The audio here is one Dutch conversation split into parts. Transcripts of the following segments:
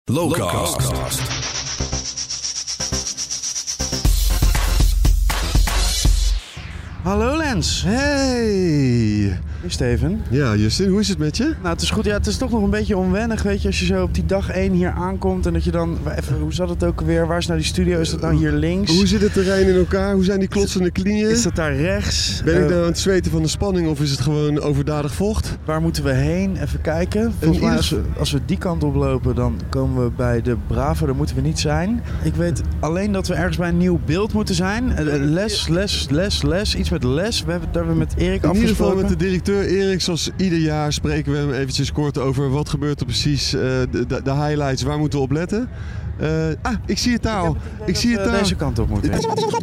Lowcast. Hallo Lens. Hey! Hey Steven. Ja, Justin, hoe is het met je? Nou, het is goed. Ja, het is toch nog een beetje onwennig, weet je, als je zo op die dag 1 hier aankomt en dat je dan... Even, hoe zat het ook alweer? Waar is nou die studio? Is dat nou hier links? Hoe zit het terrein in elkaar? Hoe zijn die klotsende knieën? Is dat daar rechts? Ben ik nou aan het zweten van de spanning of is het gewoon overdadig vocht? Waar moeten we heen? Even kijken. Volgens mij als we die kant op lopen, dan komen we bij de Bravo. Daar moeten we niet zijn. Ik weet alleen dat we ergens bij een nieuw beeld moeten zijn. Les. Iets met les. We hebben het daar met Erik afgesproken. In ieder geval met de directeur Erik. Zoals ieder jaar spreken we hem eventjes kort over wat gebeurt er precies. De highlights, waar moeten we op letten? Ik zie het daar al. Ik zie het daar. Deze kant op moeten.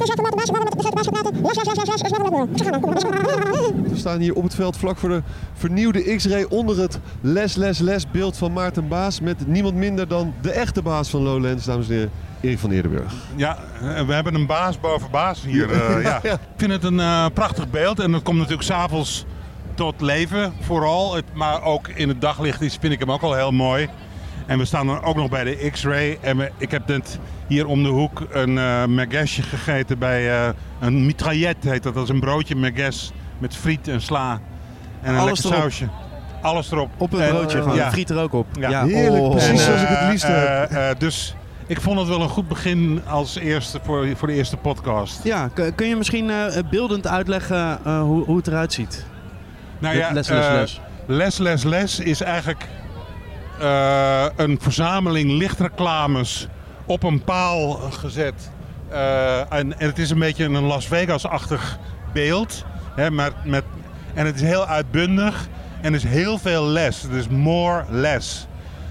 We staan hier op het veld vlak voor de vernieuwde X-Ray onder het les beeld van Maarten Baas. Met niemand minder dan de echte baas van Lowlands, dames en heren. Erik van Eerdenburg. Ja, we hebben een baas boven baas hier. Ja. Ik vind het een prachtig beeld en dat komt natuurlijk 's avonds tot leven vooral. Maar ook in het daglicht vind ik hem ook al heel mooi. En we staan dan ook nog bij de X-Ray. En ik heb net hier om de hoek een merguezje gegeten bij een mitraillette heet dat. Dat is een broodje merguez met friet en sla en een lekker sausje. Alles erop. Op een broodje gewoon. Ja. Friet er ook op. Ja. Heerlijk, precies zoals ik het liefst heb. Dus ik vond het wel een goed begin als eerste voor de eerste podcast. Ja, kun je misschien beeldend uitleggen hoe het eruit ziet? Nou ja, les is eigenlijk een verzameling lichtreclames op een paal gezet. En het is een beetje een Las Vegas-achtig beeld. Hè, en het is heel uitbundig en er is heel veel les. Het is more less.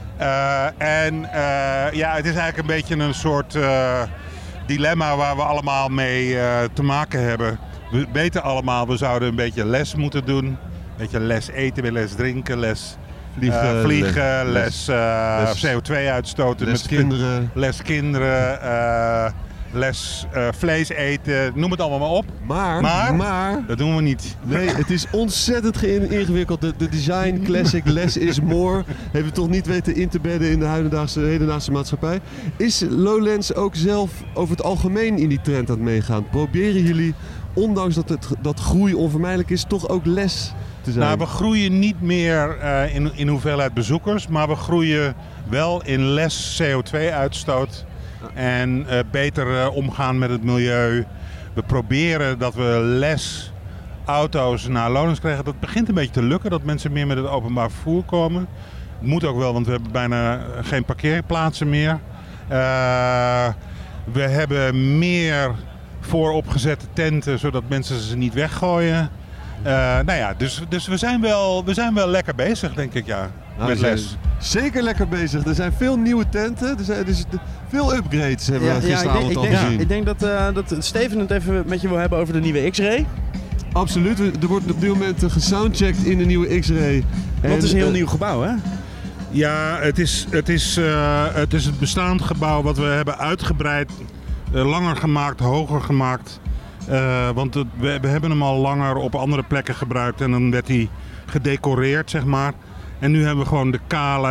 Het is eigenlijk een beetje een soort dilemma waar we allemaal mee te maken hebben. We weten allemaal, we zouden een beetje les moeten doen. Een beetje les eten, les drinken, les vliegen, les CO2 uitstoten. Les kinderen, les vlees eten, noem het allemaal maar op. Maar dat doen we niet. Nee, het is ontzettend ingewikkeld. De design classic less is more hebben we toch niet weten in te bedden in de hedendaagse maatschappij. Is Lowlands ook zelf over het algemeen in die trend aan het meegaan? Proberen jullie, ondanks dat groei onvermijdelijk is, toch ook les te zijn? Nou, we groeien niet meer in hoeveelheid bezoekers, maar we groeien wel in less CO2-uitstoot. En beter omgaan met het milieu. We proberen dat we less auto's naar Lowlands krijgen. Dat begint een beetje te lukken, dat mensen meer met het openbaar vervoer komen. Het moet ook wel, want we hebben bijna geen parkeerplaatsen meer. We hebben meer vooropgezette tenten, zodat mensen ze niet weggooien. Dus we zijn wel lekker bezig, denk ik, ja, met les. Zeker lekker bezig. Er zijn veel nieuwe tenten. Er is veel upgrades hebben we gisteravond al gezien. Ik denk dat Steven het even met je wil hebben over de nieuwe X-Ray. Absoluut. Er wordt op dit moment gesoundcheckt in de nieuwe X-Ray. Want het is een heel nieuw gebouw, hè? Ja, het is het bestaand gebouw wat we hebben uitgebreid, langer gemaakt, hoger gemaakt. Want we hebben hem al langer op andere plekken gebruikt en dan werd hij gedecoreerd, zeg maar. En nu hebben we gewoon de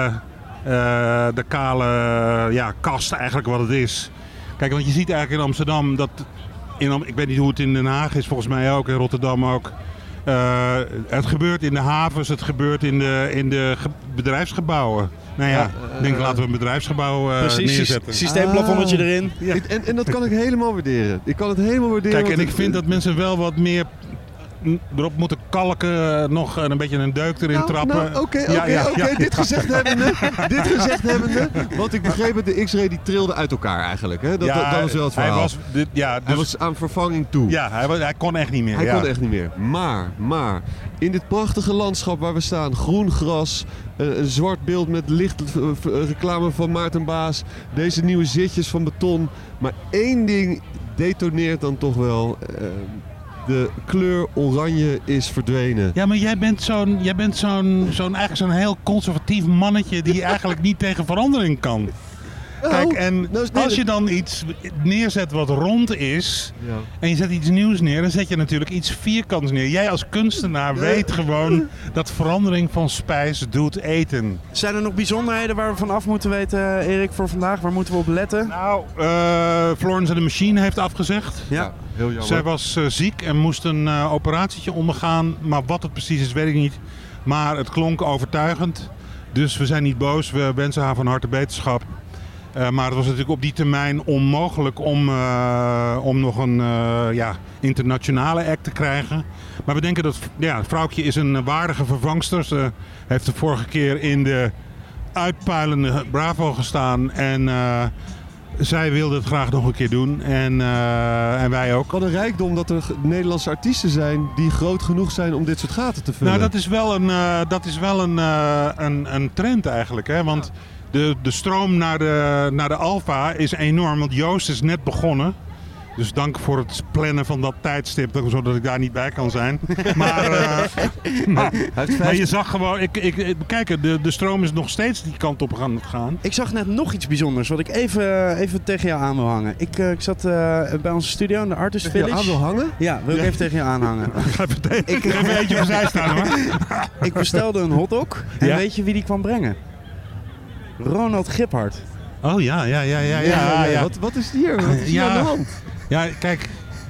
kale kast eigenlijk wat het is. Kijk, want je ziet eigenlijk in Amsterdam dat... ik weet niet hoe het in Den Haag is, volgens mij ook, in Rotterdam ook. Het gebeurt in de havens, het gebeurt in de bedrijfsgebouwen. Nou ja, ik denk laten we een bedrijfsgebouw neerzetten. Systeemplafonnetje erin. Ja. En dat kan ik helemaal waarderen. Kijk, en ik vind dat mensen wel wat meer erop moeten kalken, nog een beetje een deuk erin trappen. Oké. Dit gezegd hebbende, want ik begreep het, de X-Ray die trilde uit elkaar eigenlijk. Hè? Dat was wel het verhaal. Hij was aan vervanging toe. Ja, hij kon echt niet meer. Hij kon echt niet meer. Maar in dit prachtige landschap waar we staan, groen gras, een zwart beeld met licht reclame van Maarten Baas, deze nieuwe zitjes van beton. Maar één ding detoneert dan toch wel. De kleur oranje is verdwenen. Ja, maar jij bent zo'n heel conservatief mannetje die eigenlijk niet tegen verandering kan. Kijk, en als je dan iets neerzet wat rond is, en je zet iets nieuws neer, dan zet je natuurlijk iets vierkants neer. Jij als kunstenaar weet gewoon dat verandering van spijs doet eten. Zijn er nog bijzonderheden waar we van af moeten weten, Erik, voor vandaag? Waar moeten we op letten? Nou, Florence and the Machine heeft afgezegd. Ja. Heel jammer. Zij was ziek en moest een operatietje ondergaan, maar wat het precies is weet ik niet. Maar het klonk overtuigend, dus we zijn niet boos. We wensen haar van harte beterschap. Maar het was natuurlijk op die termijn onmogelijk om nog een internationale act te krijgen. Maar we denken dat het vrouwtje is een waardige vervangster. Ze heeft de vorige keer in de uitpuilende Bravo gestaan en zij wilde het graag nog een keer doen en wij ook. Wat een rijkdom dat er Nederlandse artiesten zijn die groot genoeg zijn om dit soort gaten te vullen. Nou, dat is wel een trend eigenlijk, hè? Want de stroom naar de Alfa is enorm, want Joost is net begonnen. Dus dank voor het plannen van dat tijdstip, zodat ik daar niet bij kan zijn. Maar je zag gewoon, kijk, de stroom is nog steeds die kant op gaan. Ik zag net nog iets bijzonders wat ik even tegen jou aan wil hangen. Ik zat bij onze studio in de Artist Village. Tegen je aan wil hangen? Ja, wil ik even tegen je aanhangen. Ik ga even eentje opzij staan hoor. Ik bestelde een hotdog en weet je wie die kwam brengen? Ronald Giphart. Oh ja. Wat is hier? Wat is hier aan de hand? Ja, kijk,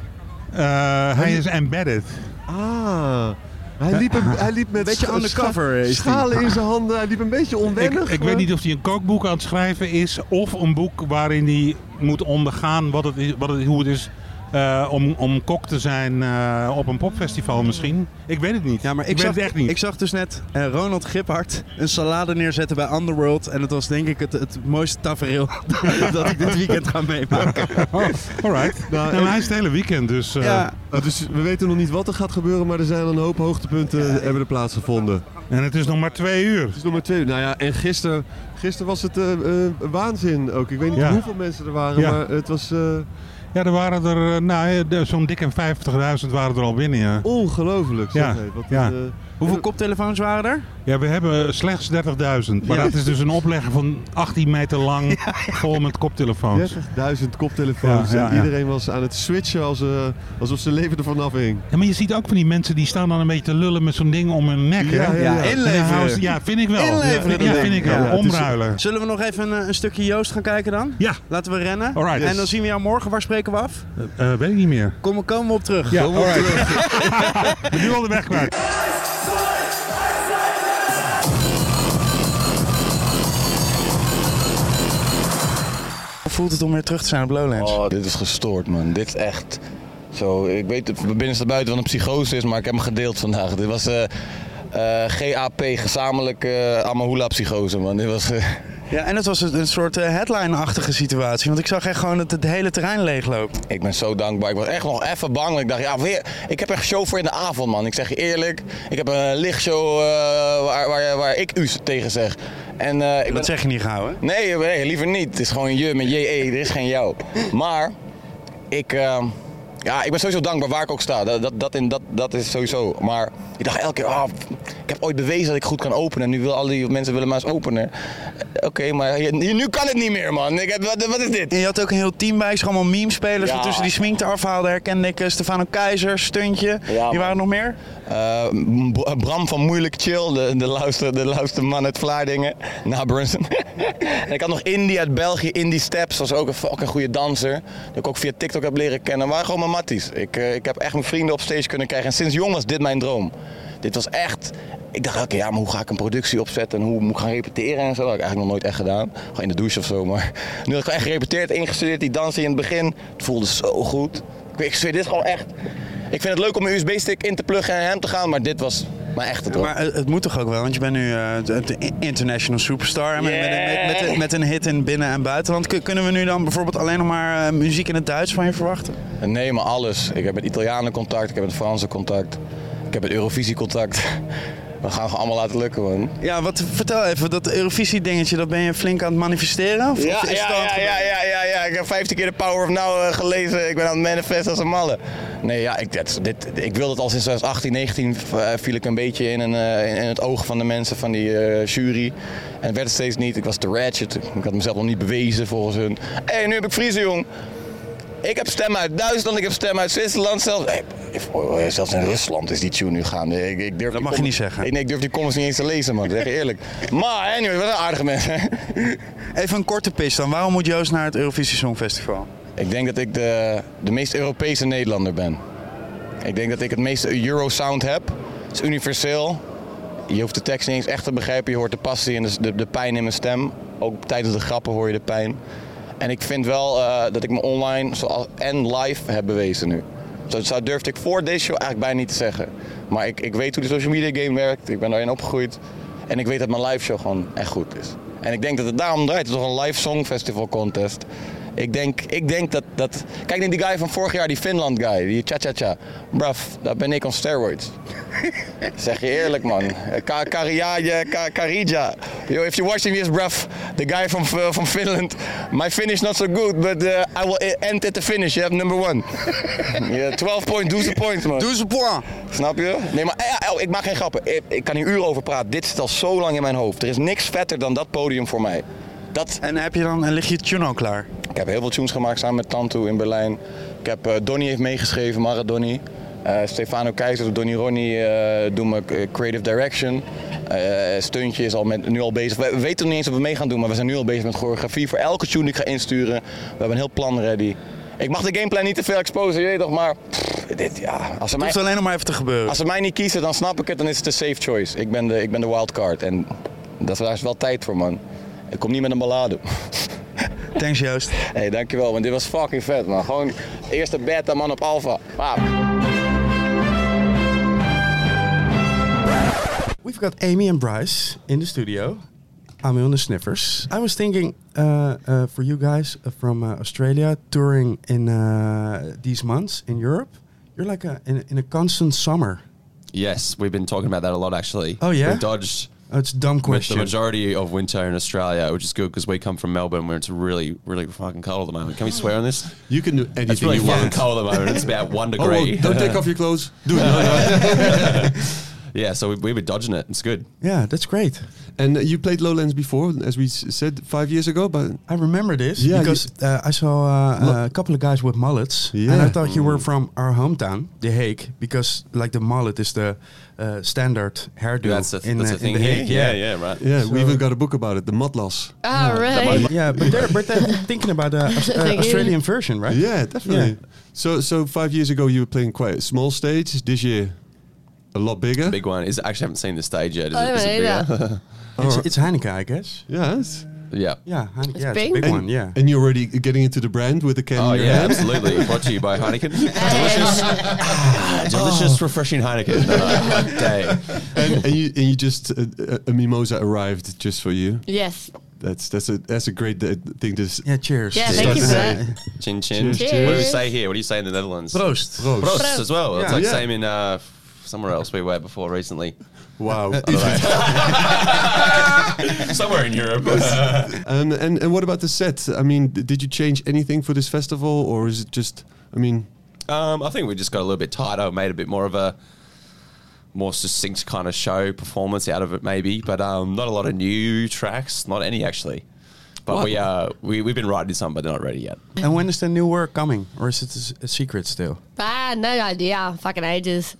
hij is embedded. Ah, hij liep met beetje undercover schalen in zijn handen. Hij liep een beetje onwennig. Ik weet niet of hij een kookboek aan het schrijven is of een boek waarin hij moet ondergaan hoe het is om kok te zijn op een popfestival misschien. Ik weet het niet. Ja, maar ik weet het echt niet. Ik zag dus net Ronald Giphart een salade neerzetten bij Underworld. En het was denk ik het mooiste tafereel dat ik dit weekend ga meemaken. Alright. Nou, hij is het hele weekend, dus... Dus we weten nog niet wat er gaat gebeuren, maar er zijn een hoop hoogtepunten hebben er plaatsgevonden. En het is nog maar 2 uur. Het is nog maar 2 uur. Nou ja, en gisteren was het waanzin ook. Ik weet niet hoeveel mensen er waren, maar het was... Ja, er waren er zo'n dik en 50.000 waren er al binnen, ja. Ongelooflijk, zeg. Hoeveel koptelefoons waren er? Ja, we hebben slechts 30.000. Maar dat is dus een oplegger van 18 meter lang vol met koptelefoons. 30.000 koptelefoons. En iedereen was aan het switchen alsof zijn leven ervan afhing. Ja, maar je ziet ook van die mensen die staan dan een beetje te lullen met zo'n ding om hun nek. Ja, inleveren. Ja, vind ik wel. Inleveren. Vind ik wel. Omruilen. Zullen we nog even een stukje Joost gaan kijken dan? Ja. Laten we rennen. Alright. En dan zien we jou morgen. Waar spreken we af? Weet ik niet meer. Komen we op terug. Ja, alright. Ik ben nu al de weg kwijt. Hoe voelt het om weer terug te zijn op Lowlands? Oh, dit is gestoord, man. Dit is echt zo. Ik weet het binnenste buiten wat een psychose is, maar ik heb hem gedeeld vandaag. Dit was GAP, gezamenlijk Amahula psychose, man. Dit was... Ja, en het was een soort headline-achtige situatie, want ik zag echt gewoon dat het hele terrein leegloopt. Ik ben zo dankbaar. Ik was echt nog even bang. Ik dacht, ja, ik heb echt show voor in de avond, man. Ik zeg je eerlijk, ik heb een lichtshow waar ik u tegen zeg. En, dat zeg je niet gauw, hè? Nee, liever niet. Het is gewoon je met JE, er is geen jou. Maar ik ben sowieso dankbaar waar ik ook sta. Dat is sowieso. Maar ik dacht elke keer, ik heb ooit bewezen dat ik goed kan openen. En nu al die mensen willen maar eens openen. Oké, maar nu kan het niet meer, man. Wat is dit? En je had ook een heel team bij. Allemaal meme-spelers die tussen die smink eraf haalden. Herkende ik Stefano Keizer, Stuntje. Ja, wie waren er nog meer? Bram van Moeilijk Chill, de lauwste man uit Vlaardingen. Brunson. En ik had nog Indy uit België, Indy Steps, was ook een fucking goede danser. Die ik ook via TikTok heb leren kennen. Maar gewoon mijn matties. Ik heb echt mijn vrienden op stage kunnen krijgen. En sinds jong was dit mijn droom. Dit was echt... Ik dacht elke keer, maar hoe ga ik een productie opzetten en hoe moet ik gaan repeteren en zo. Dat heb ik eigenlijk nog nooit echt gedaan. Gewoon in de douche of zo, maar... Nu had ik echt gerepeteerd, ingestudeerd, die dansen in het begin. Het voelde zo goed. Ik zweer, dit is gewoon echt... Ik vind het leuk om een USB-stick in te pluggen en hem te gaan, maar dit was mijn echte droom. Maar het moet toch ook wel, want je bent nu de international superstar met een hit in binnen- en buitenland. Kunnen we nu dan bijvoorbeeld alleen nog maar muziek in het Duits van je verwachten? Nee, maar alles. Ik heb met Italianen contact, ik heb met Fransen contact, ik heb met Eurovisie contact. We gaan gewoon allemaal laten lukken, man. Ja, vertel even, dat Eurovisie-dingetje, dat ben je flink aan het manifesteren? Of Ja, is het ik heb 15 keer de Power of Now gelezen. Ik ben aan het manifesten als een malle. Nee, ja, ik wilde het al sinds 2018, 19 viel ik een beetje in het oog van de mensen van die jury. En het werd het steeds niet. Ik was te ratchet. Ik had mezelf nog niet bewezen volgens hun. Nu heb ik Friese, jong. Ik heb stemmen uit Duitsland, ik heb stemmen uit Zwitserland. Zelfs in Rusland is die tune nu gaande. Dat mag je niet zeggen. Ik durf die comments niet eens te lezen, man. Zeg je eerlijk. Maar, anyway, wat een aardige mensen. Even een korte pitch dan. Waarom moet Joost naar het Eurovisie Songfestival? Ik denk dat ik de meest Europese Nederlander ben. Ik denk dat ik het meeste Eurosound heb. Het is universeel. Je hoeft de tekst niet eens echt te begrijpen. Je hoort de passie en de pijn in mijn stem. Ook tijdens de grappen hoor je de pijn. En ik vind wel dat ik me online en live heb bewezen nu. Zo durfde ik voor deze show eigenlijk bijna niet te zeggen. Maar ik weet hoe de social media game werkt. Ik ben daarin opgegroeid. En ik weet dat mijn live show gewoon echt goed is. En ik denk dat het daarom draait. Het is toch een live songfestival contest. Ik denk dat... Kijk naar die guy van vorig jaar, die Finland guy. Die cha-cha-cha. Bruv, dat ben ik on steroids. Zeg je eerlijk, man. Karija. Yo, if you're watching this, bruv. The guy from Finland. My finish not so good, but I will end at the finish. You have number 1. Yeah, 12 points, man. 12 points. Snap je? Nee, maar ik maak geen grappen. Ik kan hier uren over praten. Dit zit al zo lang in mijn hoofd. Er is niks vetter dan dat podium voor mij. En lig je tune al klaar? Ik heb heel veel tunes gemaakt samen met Tantu in Berlijn. Ik heb Donnie heeft meegeschreven, Maradoni. Stefano Keizer, Donnie Ronnie doen we creative direction. Stuntje is nu al bezig. We weten nog niet eens wat we mee gaan doen, maar we zijn nu al bezig met choreografie voor elke tune die ik ga insturen. We hebben een heel plan ready. Ik mag de gameplan niet te veel exposen, je weet toch, maar als ze het hoeft alleen nog maar even te gebeuren. Als ze mij niet kiezen, dan snap ik het, dan is het een safe choice. Ik ben de wildcard en daar is wel tijd voor, man. Ik kom niet met een ballade. Thanks, Joost. Hey, dankjewel, want dit was fucking vet, man. Gewoon eerste beta, man, op Alpha. Wow. We've got Amy and Bryce in the studio. Amil and the Sniffers. I was thinking, for you guys from Australia, touring in these months in Europe, you're like in a constant summer. Yes, we've been talking about that a lot, actually. Oh, yeah? We've dodged... It's a dumb question. With the majority of winter in Australia, which is good because we come from Melbourne where it's really, really fucking cold at the moment. Can we swear on this? You can do anything it's really you fucking want. cold at the moment. It's about 1 degree. Oh, don't take off your clothes. Do it. Yeah, so we were dodging it. It's good. Yeah, that's great. And you played Lowlands before, as we said 5 years ago. But I remember this because I saw a couple of guys with mullets, and I thought you were from our hometown, The Hague, because like the mullet is the standard hairdo that's the in thing The Hague. Yeah, right. Yeah, so we even got a book about it, the Mudlas. Oh, really? Yeah, but they're thinking about the Australian version, right? Yeah, definitely. Yeah. So 5 years ago you were playing quite a small stage. This year, a lot bigger. Big one. I actually haven't seen the stage yet. I haven't either. It's Heineken, I guess. Yes. Yeah. Yeah, Heineken. It's It's big. a big one. Yeah. And you're already getting into the brand with the can Oh in your yeah, hand. absolutely. Brought to you by Heineken. Delicious, refreshing Heineken. Day. And you just a mimosa arrived just for you. Yes. That's a great thing to. Yeah. Cheers. Yeah, thank you for that. Chin chin. Cheers. What do we say here? What do you say in the Netherlands? Proost. Prost as well. It's Yeah. like same in somewhere else we were before recently. Wow. Somewhere in Europe. And what about the set? I mean, did you change anything for this festival, or is it just? I mean, I think we just got a little bit tighter, made a bit more of a more succinct kind of show performance out of it, maybe. But not a lot of new tracks, not any actually. But we've been writing some, but they're not ready yet. And when is the new work coming, or is it a secret still? No idea. Fucking ages.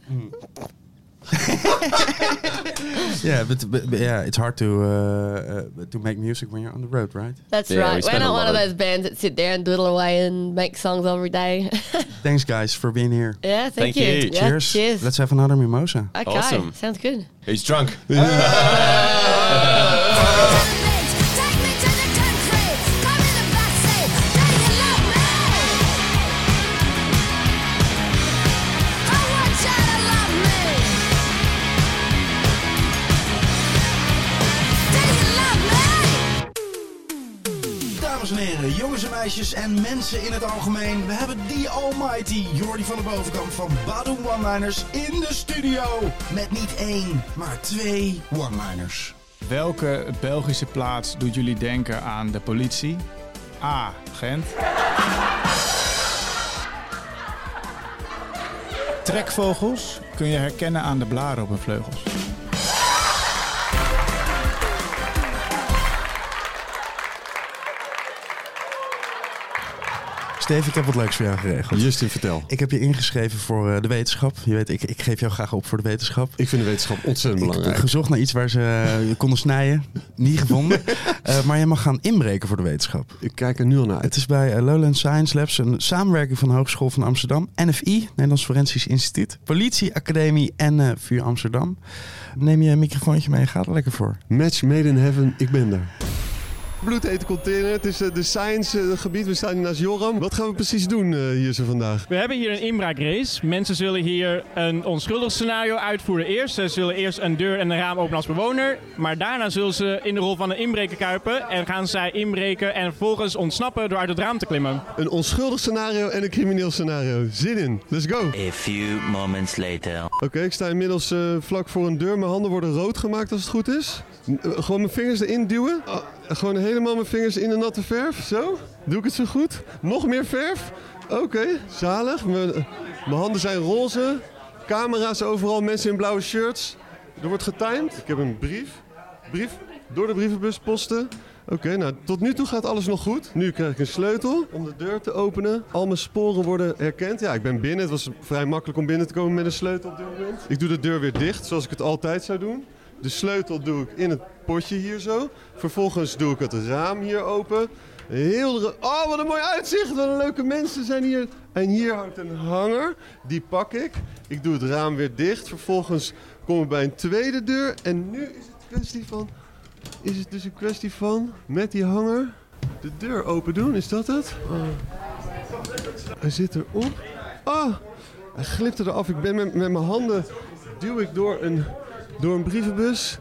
Yeah, but yeah, it's hard to make music when you're on the road, right? That's Yeah, we right. We're spend a not lot one of of- those bands that sit there and doodle away and make songs every day. Thanks, guys, for being here. Yeah, thank Thank you. you. Yeah, Cheers. cheers. Let's have another mimosa. Okay, Awesome. sounds good. He's drunk. Take me to the country, come in the backseat, do you love me? I want you to love me. Do you love me? Dames en heren, jongens en meisjes en mensen in het algemeen. We hebben die almighty Jordi van de Bovenkamp van Badoem One-Liners in de studio. Met niet 1, maar 2 one-liners. Welke Belgische plaats doet jullie denken aan de politie? A. Gent. Trekvogels kun je herkennen aan de blaren op hun vleugels. Steve, ik heb wat leuks voor jou geregeld. Justin, vertel. Ik heb je ingeschreven voor de wetenschap. Je weet, ik geef jou graag op voor de wetenschap. Ik vind de wetenschap ontzettend Ik belangrijk. heb gezocht naar iets waar ze je konden snijden. Niet gevonden. Maar je mag gaan inbreken voor de wetenschap. Ik kijk er nu al naar uit. Het is bij Lowland Science Labs een samenwerking van de Hogeschool van Amsterdam, NFI, Nederlands Forensisch Instituut, Politieacademie en VU Amsterdam. Neem je een microfoontje mee en ga er lekker voor. Match made in heaven, ik ben er. Bloedeten container, het is de science gebied. We staan hier naast Joram. Wat gaan we precies doen hier zo vandaag? We hebben hier een inbraakrace. Mensen zullen hier een onschuldig scenario uitvoeren eerst. Ze zullen eerst een deur en een raam openen als bewoner. Maar daarna zullen ze in de rol van een inbreker kuipen. En gaan zij inbreken en vervolgens ontsnappen door uit het raam te klimmen. Een onschuldig scenario en een crimineel scenario. Zin in, let's go. A few moments later. Oké, ik sta inmiddels vlak voor een deur. Mijn handen worden rood gemaakt als het goed is. Gewoon mijn vingers erin duwen. Gewoon helemaal mijn vingers in de natte verf. Zo. Doe ik het zo goed? Nog meer verf? Oké, zalig. Mijn handen zijn roze. Camera's overal, mensen in blauwe shirts. Er wordt getimed. Ik heb een brief. Door de brievenbus posten. Oké, nou tot nu toe gaat alles nog goed. Nu krijg ik een sleutel om de deur te openen. Al mijn sporen worden herkend. Ja, ik ben binnen. Het was vrij makkelijk om binnen te komen met een sleutel op dit moment. Ik doe de deur weer dicht, zoals ik het altijd zou doen. De sleutel doe ik in het potje hier zo. Vervolgens doe ik het raam hier open. Oh, wat een mooi uitzicht. Wat een leuke mensen zijn hier. En hier hangt een hanger. Die pak ik. Ik doe het raam weer dicht. Vervolgens kom ik bij een tweede deur. En nu is het dus een kwestie van met die hanger de deur open doen. Is dat het? Hij zit erop. Hij glipt eraf. Ik ben met mijn handen duw ik door een brievenbus.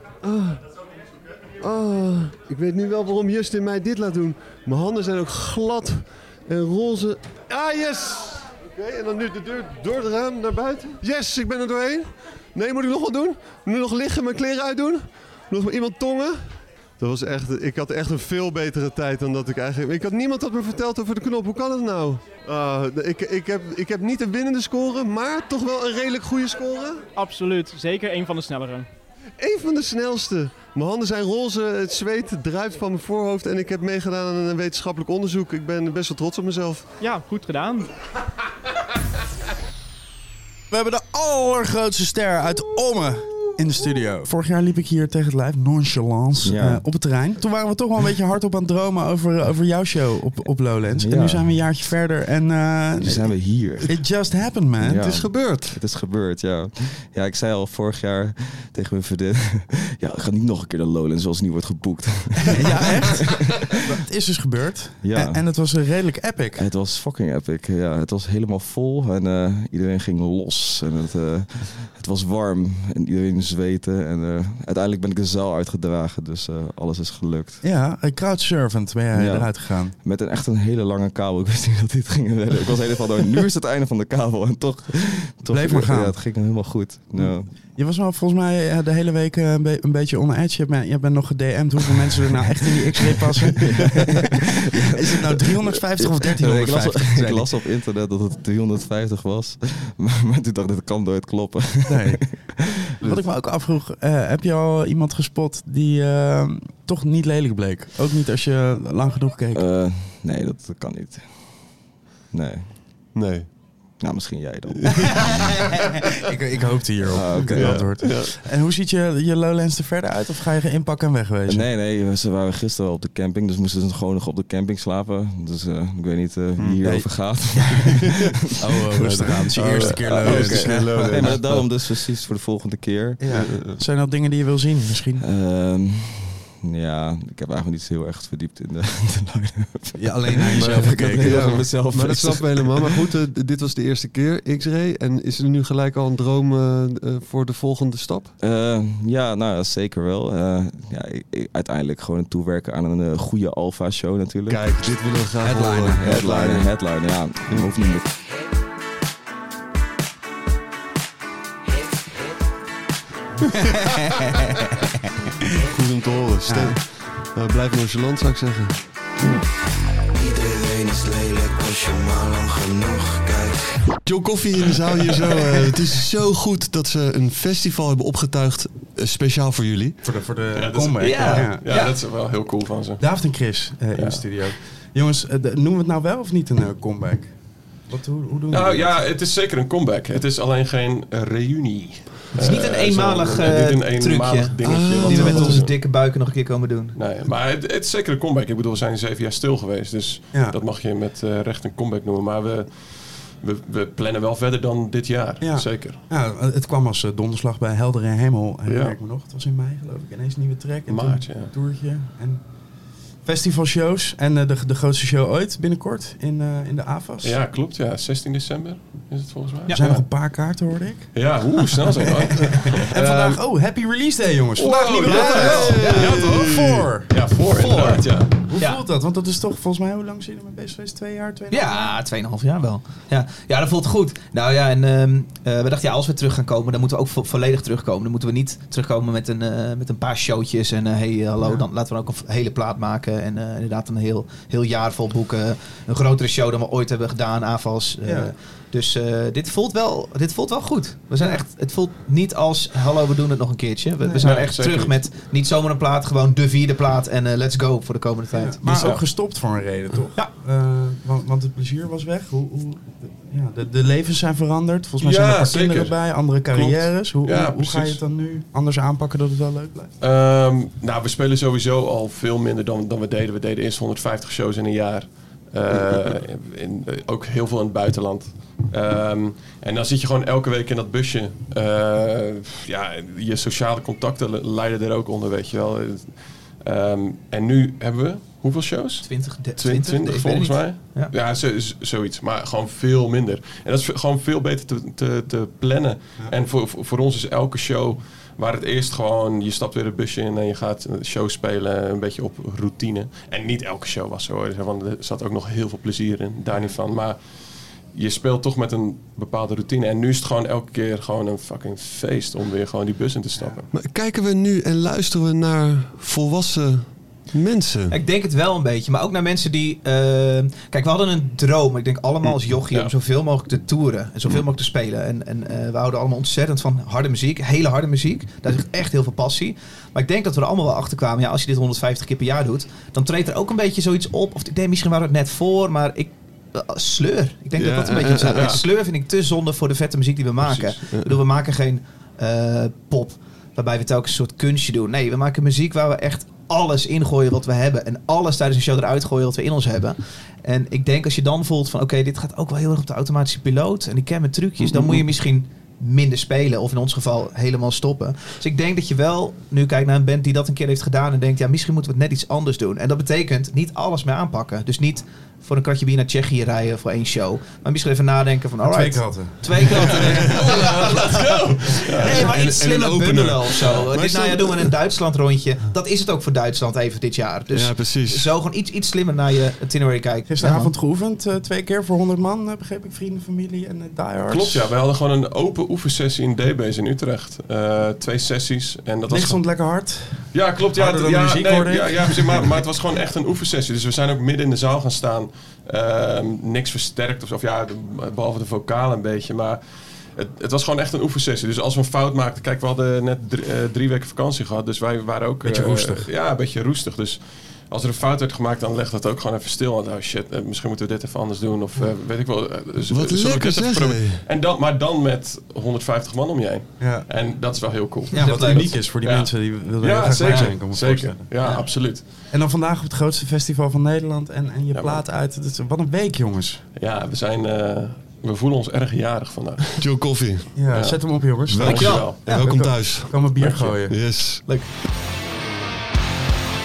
Ik weet nu wel waarom Justin mij dit laat doen. Mijn handen zijn ook glad en roze. Yes! Oké, en dan nu de deur door het raam naar buiten. Yes, ik ben er doorheen. Nee, moet ik nog wat doen? Nu nog liggen, mijn kleren uitdoen? Nog iemand tongen? Dat was echt, ik had echt een veel betere tijd dan dat ik eigenlijk... Ik had niemand dat me verteld over de knop. Hoe kan het nou? Ik heb niet een winnende score, maar toch wel een redelijk goede score. Absoluut, zeker een van de snellere. Eén van de snelste. Mijn handen zijn roze, het zweet druipt van mijn voorhoofd en ik heb meegedaan aan een wetenschappelijk onderzoek. Ik ben best wel trots op mezelf. Ja, goed gedaan. We hebben de allergrootste ster uit Ommen in de studio. Vorig jaar liep ik hier tegen het lijf, nonchalance, op het terrein. Toen waren we toch wel een beetje hardop aan het dromen over jouw show op Lowlands. Ja. En nu zijn we een jaartje verder en... nu zijn we hier. It just happened, man. Ja. Het is gebeurd. Het is gebeurd, ja. Ja, ik zei al vorig jaar tegen mijn vriendin... ja, ik ga niet nog een keer naar Lowlands zoals het nu wordt geboekt. Ja, echt? Het is dus gebeurd. Ja. En het was redelijk epic. Het was fucking epic, ja. Het was helemaal vol en iedereen ging los. En het was warm en iedereen zweten. En uiteindelijk ben ik de zaal uitgedragen, dus alles is gelukt. Ja, crowdsurfend ben jij eruit gegaan. Met echt een hele lange kabel. Ik wist niet dat dit ging redden. Ik was helemaal van, nu is het einde van de kabel. En toch bleef maar gaan. Ja, het ging helemaal goed. No. Je was wel volgens mij de hele week een beetje on edge. Je bent nog gedM'd hoeveel mensen er nou echt in die X-ray passen. Is het nou 350 of 1350? Ik las op internet dat het 350 was. Maar toen dacht ik, dat kan nooit kloppen. Nee. Wat ik me ook afvroeg, heb je al iemand gespot die toch niet lelijk bleek? Ook niet als je lang genoeg keek? Nee, dat kan niet. Nee. Nou, misschien jij dan. ik hoopte hierop. Okay. Antwoord. Ja. En hoe ziet je Lowlands er verder uit? Of ga je inpakken en wegwezen? Nee. Ze waren gisteren op de camping. Dus moesten ze gewoon nog op de camping slapen. Dus ik weet niet wie hierover gaat. Rustig aan. Het is je eerste keer Lowlands. Okay. Nee, maar daarom dus precies voor de volgende keer. Ja. Zijn er dingen die je wil zien misschien? Ja, ik heb eigenlijk niet heel erg verdiept in de line-up. Ja, alleen naar jezelf gekeken. Ja, mezelf. Maar dat snappen we helemaal. Maar goed, dit was de eerste keer, X-Ray. En is er nu gelijk al een droom voor de volgende stap? Ja, zeker wel. Uiteindelijk gewoon toewerken aan een goede Alpha-show natuurlijk. Kijk, dit willen we graag horen. Headliner, ja. Dat hoeft niet meer. Goed om te horen. Blijf nonchalant, zou ik zeggen. Iedereen is lelijk als je maar lang genoeg kijkt. John Coffee in de zaal hier zo. Het is zo goed dat ze een festival hebben opgetuigd. Speciaal voor jullie. Voor de comeback. Ja, dat is wel heel cool van ze. David en Chris in de studio. Jongens, noemen we het nou wel of niet een comeback? Hoe doen we dat? Ja, het is zeker een comeback. Het is alleen geen reunie. Het is niet een eenmalig trucje die we met onze dikke buiken nog een keer komen doen. Nee, maar het is zeker een comeback. Ik bedoel, we zijn 7 jaar stil geweest. Dus dat mag je met recht een comeback noemen. Maar we plannen wel verder dan dit jaar. Ja. Zeker. Ja, het kwam als donderslag bij Heldere Hemel. Herinner ik me nog. Het was in mei, geloof ik. Ineens een nieuwe track. En maart, een toertje. En festivalshows. En de grootste show ooit binnenkort in de AFAS. Ja, klopt. Ja, 16 december is het volgens mij. Er zijn nog een paar kaarten, hoorde ik. Ja, snel zijn we. En vandaag, happy release day, jongens. Vandaag nieuwe Ja, voor inderdaad, ja. Hoe voelt dat? Want dat is toch volgens mij, hoe lang zijn jullie mee bezig geweest? 2 jaar, 2,5 jaar? Ja, 2,5 jaar wel. Ja, dat voelt goed. Nou ja, en we dachten, als we terug gaan komen, dan moeten we ook volledig terugkomen. Dan moeten we niet terugkomen met een paar showtjes en hallo, dan laten we ook een hele plaat maken en inderdaad een heel jaar vol boeken. Een grotere show dan we ooit hebben gedaan, AFAS. Dus dit voelt wel goed. We zijn echt, het voelt niet als, hallo, we doen het nog een keertje. We zijn echt terug met niet zomaar een plaat, gewoon de 4e plaat en let's go voor de komende tijd. Maar ook gestopt voor een reden, toch? Ja. Want het plezier was weg. De levens zijn veranderd. Volgens mij zijn er paar kinderen bij, andere carrières. Hoe ga je het dan nu anders aanpakken dat het wel leuk blijft? We spelen sowieso al veel minder dan we deden. We deden eerst 150 shows in een jaar. Ook heel veel in het buitenland. En dan zit je gewoon elke week in dat busje. Je sociale contacten leiden er ook onder, weet je wel. En nu hebben we hoeveel shows? 20 volgens mij. Ja, zoiets. Maar gewoon veel minder. En dat is gewoon veel beter te plannen. Ja. En voor ons is elke show waar het eerst gewoon, je stapt weer het busje in en je gaat een show spelen, een beetje op routine. En niet elke show was zo, want er zat ook nog heel veel plezier in, daar niet van. Maar je speelt toch met een bepaalde routine. En nu is het gewoon elke keer gewoon een fucking feest om weer gewoon die bus in te stappen. Maar kijken we nu en luisteren we naar volwassen mensen? Ik denk het wel een beetje, maar ook naar mensen die... Kijk, we hadden een droom, ik denk allemaal als jochie, om zoveel mogelijk te toeren en zoveel mogelijk te spelen. En we houden allemaal ontzettend van harde muziek, hele harde muziek. Daar is echt heel veel passie. Maar ik denk dat we er allemaal wel achter kwamen. Als je dit 150 keer per jaar doet, dan treedt er ook een beetje zoiets op. Of ik denk, misschien waren we het net voor, maar sleur. Ik denk dat dat een beetje hetzelfde is. Sleur vind ik te zonde voor de vette muziek die we maken. We maken geen pop waarbij we telkens een soort kunstje doen. Nee, we maken muziek waar we echt alles ingooien wat we hebben. En alles tijdens een show eruit gooien wat we in ons hebben. En ik denk als je dan voelt van oké, dit gaat ook wel heel erg op de automatische piloot. En ik ken mijn trucjes. Dan moet je misschien minder spelen. Of in ons geval helemaal stoppen. Dus ik denk dat je wel nu kijkt naar een band die dat een keer heeft gedaan. En denkt, misschien moeten we het net iets anders doen. En dat betekent niet alles meer aanpakken. Dus niet voor een kratje bier naar Tsjechië rijden voor 1 show. Maar misschien even nadenken van alright. 2 kratten. Let's go. Nee, maar iets slimmer bundelen of zo. Dit najaar doen we een Duitsland rondje. Dat is het ook voor Duitsland even dit jaar. Dus precies. Zo gewoon iets slimmer naar je itinerary kijken. Gisteravond geoefend, 2 keer voor 100 man, begreep ik, vrienden, familie en diehards. Klopt, ja. We hadden gewoon een open oefensessie in D-Base in Utrecht. 2 sessies. En dat licht stond lekker hard. Ja, klopt. Ja, precies, maar het was gewoon echt een oefensessie. Dus we zijn ook midden in de zaal gaan staan. Niks versterkt of behalve de vocalen een beetje. Maar het was gewoon echt een oefensessie. Dus als we een fout maakten... Kijk, we hadden net 3 weken vakantie gehad. Dus wij waren ook... Beetje roestig. Ja, een beetje roestig. Dus als er een fout werd gemaakt, dan legde het ook gewoon even stil. Want shit, misschien moeten we dit even anders doen. Of weet ik wel. Wat lekker zeg. Maar dan met 150 man om je heen. Ja. En dat is wel heel cool. Ja, wat uniek is voor die mensen die willen graag bij zijn. Zeker. Ja, absoluut. En dan vandaag op het grootste festival van Nederland. En je plaat uit. Wat een week, jongens. Ja, we voelen ons erg jarig vandaag. Joe Coffee. Ja, zet hem op, jongens. Dankjewel. Welkom thuis. Kan we bier gooien. Yes. Leuk.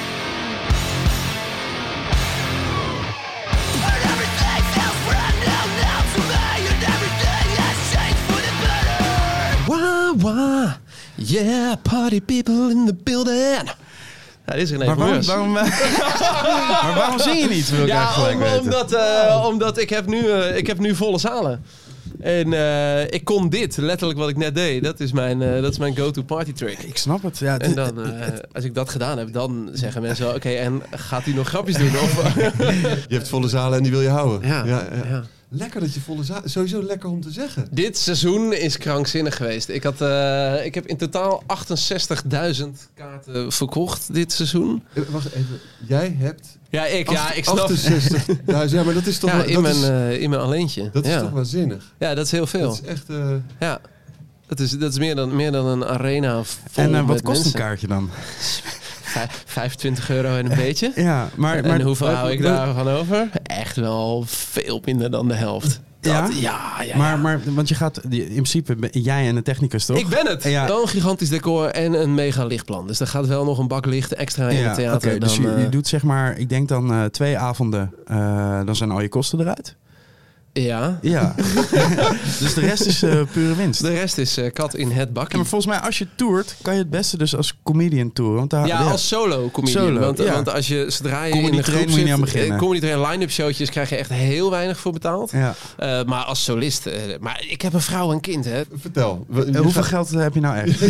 ah, yeah, party people in the building. Ja, dit is René van Meurs. Maar waarom zing je niet? Wil ik eigenlijk weten. Omdat ik heb nu volle zalen. En ik kon dit, letterlijk wat ik net deed. Dat is mijn go-to party trick. Ik snap het. Ja, en dan, als ik dat gedaan heb, dan zeggen mensen wel... Oké, en gaat hij nog grapjes doen? Of? Je hebt volle zalen en die wil je houden. Ja. Lekker dat je volle zalen... Sowieso lekker om te zeggen. Dit seizoen is krankzinnig geweest. Ik heb in totaal 68.000 kaarten verkocht dit seizoen. Wacht even. Jij hebt... Ja, ik snap... 68.000. Ja, maar dat is toch... In mijn alleentje. Dat is toch waanzinnig? Ja, dat is heel veel. Dat is echt... Ja. Dat is meer dan een arena vol En wat met kost mensen. een kaartje dan? €25 en een beetje. Ja, maar en hoeveel hou ik daarvan over? Echt wel veel minder dan de helft. Ja. Maar want je gaat... In principe ben jij en de technicus, toch? Ik ben het. Ja. Dan een gigantisch decor en een mega lichtplan. Dus er gaat wel nog een bak licht extra in het theater. Okay, dus je doet zeg maar... Ik denk dan 2 avonden. Dan zijn al je kosten eruit. Ja. Dus de rest is pure winst. De rest is kat in het bakje. Maar volgens mij als je toert, kan je het beste dus als comedian touren. Want als solo comedian. Want als zodra je in de groep zit, comedy train line-up showtjes krijg je echt heel weinig voor betaald. Ja. Maar als solist, maar ik heb een vrouw en kind, hè. Vertel. Hoeveel geld heb je nou echt?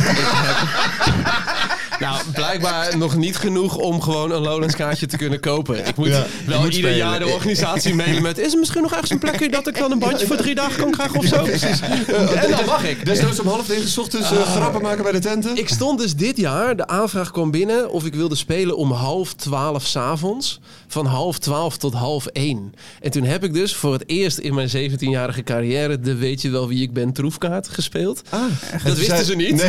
Nou, blijkbaar nog niet genoeg om gewoon een Lowlands kaartje te kunnen kopen. Ik moet wel ieder jaar de organisatie mailen met... Is er misschien nog ergens een plekje dat ik dan een bandje voor 3 dagen kan krijgen of zo? Precies. En dan mag ik. Desnoods om 8:30 ochtends grappen maken bij de tenten. Ik stond dus dit jaar, de aanvraag kwam binnen... of ik wilde spelen om 11:30 s'avonds. Van 11:30 tot 1:30. En toen heb ik dus voor het eerst in mijn 17-jarige carrière... de Weet je wel wie ik ben troefkaart gespeeld. Dat wisten ze niet.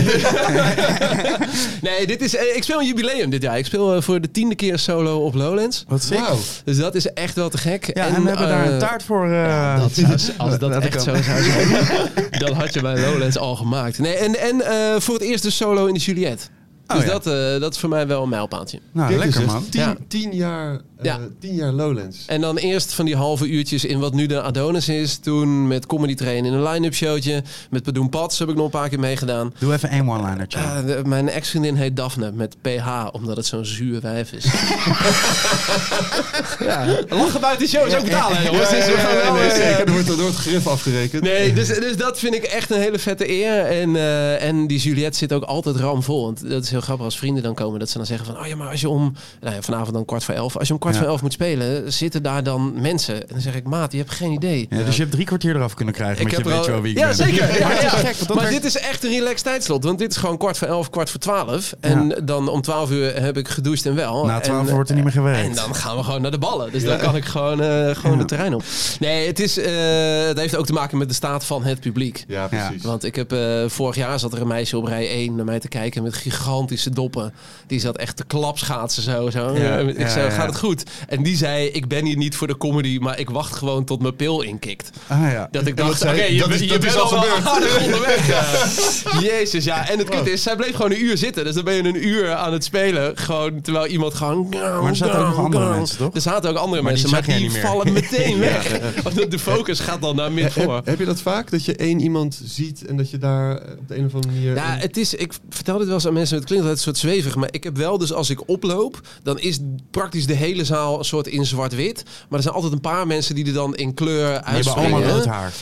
Nee, ik speel een jubileum dit jaar. Ik speel voor de 10e keer solo op Lowlands. Wat sick. Wow. Dus dat is echt wel te gek. Ja, en we hebben daar een taart voor. Als dat echt zo zou zijn, dan had je bij Lowlands al gemaakt. Nee, en voor het eerst dus solo in de Juliette. Dus dat is voor mij wel een mijlpaaltje. Nou, lekker man. 10 jaar Lowlands. En dan eerst van die halve uurtjes in wat nu de Adonis is. Toen met Comedy Train in een line-up showtje. Met Padoen Pats heb ik nog een paar keer meegedaan. Doe even een one-linertje. Mijn ex-vriendin heet Daphne met PH, omdat het zo'n zuur wijf is. Lachen buiten de show is ook betalen, jongens. Zeker, er wordt het grif afgerekend. Nee, dus dat vind ik echt een hele vette eer. En die Juliette zit ook altijd ramvol. Want dat is heel grappig als vrienden dan komen. Dat ze dan zeggen van, maar als je vanavond dan 11:15. Als je om 11:15 moet spelen, zitten daar dan mensen. En dan zeg ik, maat, je hebt geen idee. Ja, dus je hebt 3 kwartier eraf kunnen krijgen. Met je weet wel wie ik ben. Zeker. Maar, gek, maar dit is echt een relaxed tijdslot. Want dit is gewoon 11:15, 11:45. En dan om 12 uur heb ik gedoucht en wel. Na 12 wordt er niet meer gewerkt. En dan gaan we gewoon naar de ballen. Dus dan kan ik gewoon het terrein op. Nee, het heeft ook te maken met de staat van het publiek. Ja, precies. Want ik heb vorig jaar zat er een meisje op rij 1 naar mij te kijken met gigantische doppen. Die zat echt te klapschaatsen zo. Ik zei, gaat het goed? En die zei, ik ben hier niet voor de comedy, maar ik wacht gewoon tot mijn pil inkikt. Dat ik dacht, je bent al aardig onderweg. Jezus, ja. En het kut is, zij bleef gewoon een uur zitten. Dus dan ben je een uur aan het spelen. Gewoon, terwijl iemand gewoon... Maar er zaten ook nog andere mensen, toch? Er zaten ook andere mensen, maar die vallen meteen weg. Want de focus gaat dan naar midden voor. Heb je dat vaak? Dat je één iemand ziet en dat je daar op de een of andere manier... Ja, ik vertel dit wel eens aan mensen, het klinkt altijd een soort zweverig, maar ik heb wel dus als ik oploop, dan is praktisch de hele zaal een soort in zwart-wit. Maar er zijn altijd een paar mensen die er dan in kleur uitspringen. Die hebben allemaal rood haar.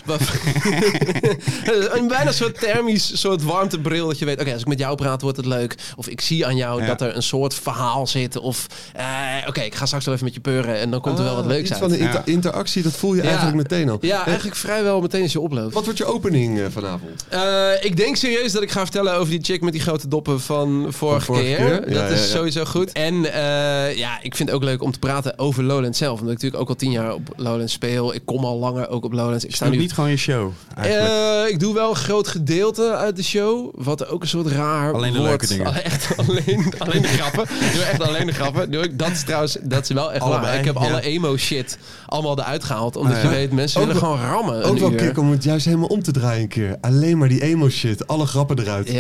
Bijna een soort thermisch soort warmtebril dat je weet, oké, als ik met jou praat wordt het leuk. Of ik zie aan jou dat er een soort verhaal zit. Of ik ga straks wel even met je peuren en dan komt er wel wat leuks uit. Van de interactie, dat voel je eigenlijk meteen al. Ja, eigenlijk vrijwel meteen als je oploopt. Wat wordt je opening vanavond? Ik denk serieus dat ik ga vertellen over die chick met die grote doppen van vorige keer. Dat is sowieso goed. En ik vind het ook leuk om te praten over Lowlands zelf. Omdat ik natuurlijk ook al 10 jaar op Lowlands speel. Ik kom al langer ook op Lowlands. Ik sta nu niet gewoon je show ik doe wel een groot gedeelte uit de show. Wat ook een soort raar alleen de leuke dingen. Alleen de grappen. Doe echt alleen de grappen. Dat is trouwens, dat is wel echt waar. Ik heb alle emo shit allemaal eruit gehaald. Omdat je weet, mensen willen gewoon rammen. Ook wel een kick om het juist helemaal om te draaien een keer. Alleen maar die emo shit. Alle grappen eruit.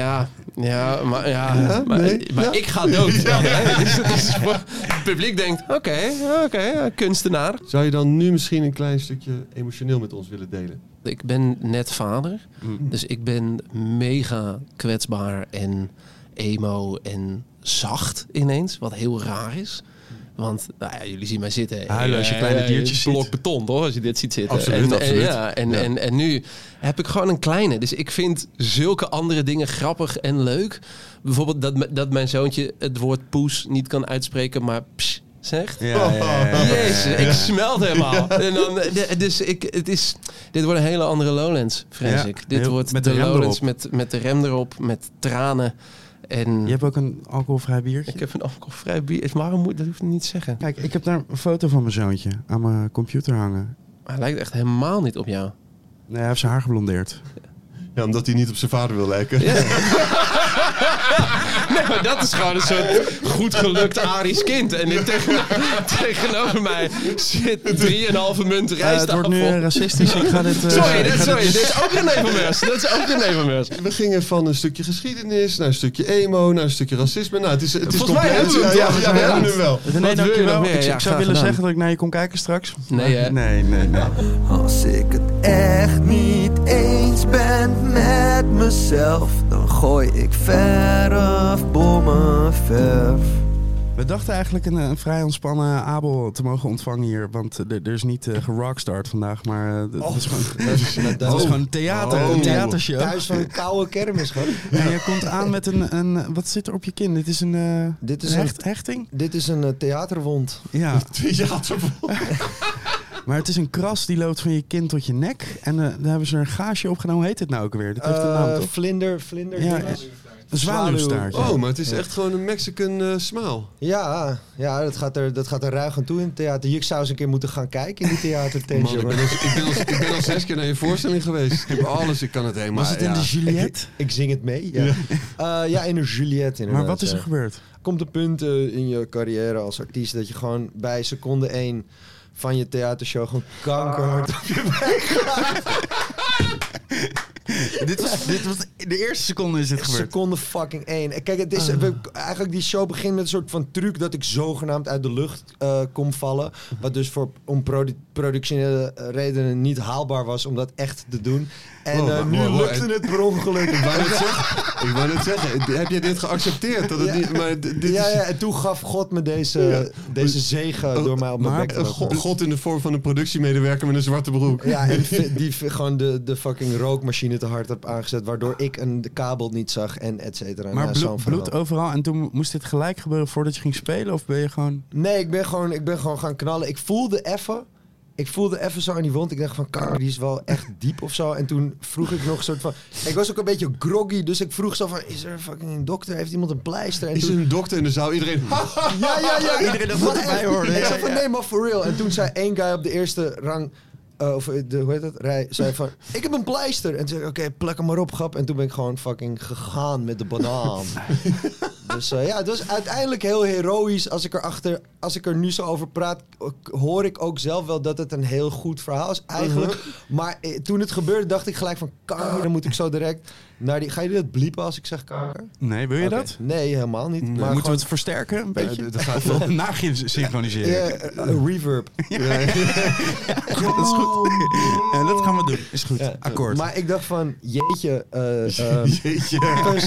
Maar ik ga dood dan. Dus het publiek denkt, oké, kunstenaar. Zou je dan nu misschien een klein stukje emotioneel met ons willen delen? Ik ben net vader. Dus ik ben mega kwetsbaar en emo en zacht ineens. Wat heel raar is. Want jullie zien mij zitten. Huilen als je kleine diertjes ziet. Blok beton, toch? Als je dit ziet zitten. Absoluut. En nu heb ik gewoon een kleine. Dus ik vind zulke andere dingen grappig en leuk. Bijvoorbeeld dat mijn zoontje het woord poes niet kan uitspreken, maar psh zegt. Ja. Jezus, ik smelt helemaal. En dan, dit wordt een hele andere Lowlands, vrees ik. Dit wordt met de rem Lowlands erop. met de rem erop, met tranen. En Je hebt ook een alcoholvrij biertje? Ik heb een alcoholvrij bier. Waarom dat hoef ik niet te zeggen. Kijk, ik heb daar een foto van mijn zoontje aan mijn computer hangen. Hij lijkt echt helemaal niet op jou. Nee, hij heeft zijn haar geblondeerd. Ja, omdat hij niet op zijn vader wil lijken. Ja. Nee, maar dat is gewoon een soort goed gelukt Arisch kind. En tegenover mij zit 3,5 munt rijst. Het wordt nu racistisch. Ik ga dit... Sorry, dit is ook René van Meurs. We gingen van een stukje geschiedenis naar een stukje emo, naar een stukje racisme. Nou, het is volgens mij hebben we het we hebben hem wel. René, dankjewel. Ik zou willen gedaan. zeggen dat ik naar je kom kijken straks. Nee, hè? Nee. Als ik het echt niet eens ben met mezelf, dan gooi ik verf, bommen, verf. We dachten eigenlijk een vrij ontspannen Abel te mogen ontvangen hier. Want er is niet gerockstart vandaag, maar het is gewoon theater. Een theatershow. Thuis van een koude kermis gewoon. En je komt aan met een... Wat zit er op je kin? Dit is een hechting? Dit is een theaterwond. Ja. Theaterwond. Maar het is een kras die loopt van je kin tot je nek. En daar hebben ze er een gaasje opgenomen. Hoe heet het nou ook weer? Dat heeft een naam, toch? Vlinder. Ja, een zwaluwstaartje. Oh, maar het is echt gewoon een Mexican smile. Ja, dat gaat er ruig aan toe in het theater. Ik zou eens een keer moeten gaan kijken in die theatertent. Ik ben al 6 keer naar je voorstelling geweest. Ik heb alles, ik kan het helemaal. Was het in de Juliette? Ik zing het mee, ja. In de Juliette inderdaad. Maar wat is er gebeurd? Komt een punt in je carrière als artiest dat je gewoon bij seconde 1 van je theatershow gewoon kankerhard op je bek gaat. Dit was de eerste seconde is dit gebeurd. Seconde fucking 1. Kijk, het is eigenlijk die show begint met een soort van truc dat ik zogenaamd uit de lucht kom vallen. Wat dus om productionele redenen niet haalbaar was om dat echt te doen. En nu lukte het per ongeluk. Ik wou net zeggen, heb jij dit geaccepteerd? Dat het niet, maar dit en toen gaf God me deze zegen door mij op mijn bek te lopen. God in de vorm van een productiemedewerker met een zwarte broek. Ja, en die gewoon de fucking rookmachine te hard heb aangezet, waardoor ik de kabel niet zag en et cetera. Maar bloed overal en toen moest dit gelijk gebeuren voordat je ging spelen? Of ben je gewoon... Nee, ik ben gewoon gaan knallen. Ik voelde even zo aan die wond. Ik dacht van, kanker, die is wel echt diep of zo. En toen vroeg ik nog een soort van... Ik was ook een beetje groggy, dus ik vroeg zo van... Is er fucking een dokter? Heeft iemand een pleister? En is er een dokter in de zaal? Iedereen... Ja. Iedereen dat erbij hoorde. Ik zei van, nee, maar for real. En toen zei één guy op de eerste rang... hoe heet dat? Rij zei van, ik heb een pleister. En toen zei ik, oké, plak hem maar op, grap. En toen ben ik gewoon fucking gegaan met de banaan. Dus het was uiteindelijk heel heroïsch. Als ik er nu zo over praat, hoor ik ook zelf wel dat het een heel goed verhaal is eigenlijk. Maar toen het gebeurde, dacht ik gelijk van, kanker, dan moet ik zo direct naar die... Ga je dat bliepen als ik zeg kanker? Nee, wil je dat? Nee, helemaal niet. Nee. Maar moeten we het versterken een beetje? Dat gaat wel. Nagesynchroniseren. Reverb. Ja, dat is goed. En dat gaan we doen. Is goed. Ja, akkoord. Maar ik dacht van, jeetje. Jeetje.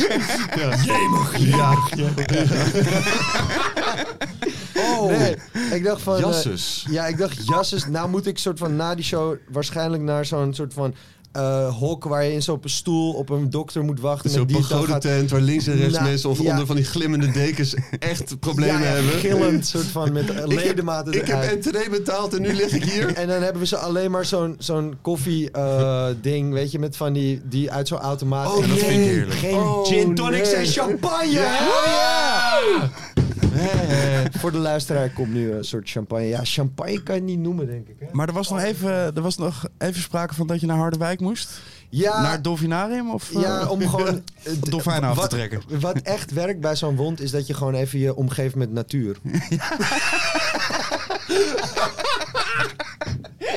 Oh. Nee, ik dacht van... Jasses. Ik dacht jasses. Nou moet ik soort van na die show waarschijnlijk naar zo'n soort van... hok waar je in zo'n stoel op een dokter moet wachten. Zo'n pagodentent waar links en rechts mensen of onder van die glimmende dekens echt problemen hebben. Gillend soort van met ledematen Ik heb NTD betaald en nu lig ik hier. En dan hebben we ze alleen maar zo'n koffie ding, weet je, met van die uit zo'n automaat. Oh, dat vind ik heerlijk. Geen gin tonics en champagne. Ja. Voor de luisteraar komt nu een soort champagne. Ja, champagne kan je niet noemen, denk ik. Hè? Maar er was nog even sprake van dat je naar Harderwijk moest? Ja. Naar het Dolfinarium? Of, ja, om gewoon... dolfijnen af te trekken. Wat echt werkt bij zo'n wond is dat je gewoon even je omgeeft met natuur.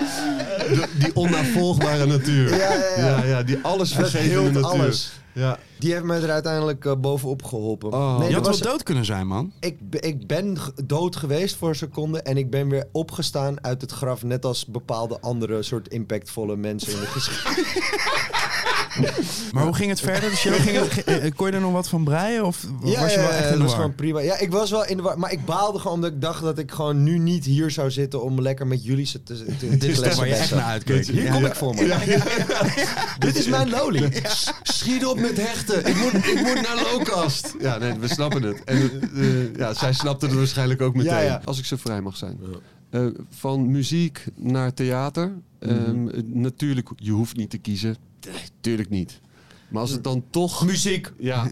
Die onnavolgbare natuur. Ja. Die alles vergevende natuur. Alles. Ja. Die heeft mij er uiteindelijk bovenop geholpen. Nee, je had wel dood kunnen zijn, man. Ik ben dood geweest voor een seconde en ik ben weer opgestaan uit het graf. Net als bepaalde andere soort impactvolle mensen in de geschiedenis. Maar hoe ging het verder? Dus kon je er nog wat van breien? Of was je wel echt in de dat war? was gewoon prima. Ja, ik was wel in de war. Maar ik baalde gewoon omdat ik dacht dat ik gewoon nu niet hier zou zitten om lekker met jullie te Dit is toch waar je echt naar uitkeek. Hier kom ik voor, man. Dit is mijn loli. Schiet op met hechten. Ik moet naar Locast. Ja, nee, we snappen het. En zij snapte het waarschijnlijk ook meteen. Ja. Als ik zo vrij mag zijn. Van muziek naar theater. Natuurlijk, je hoeft niet te kiezen. Nee, tuurlijk niet. Maar als het dan toch... Muziek. Ja.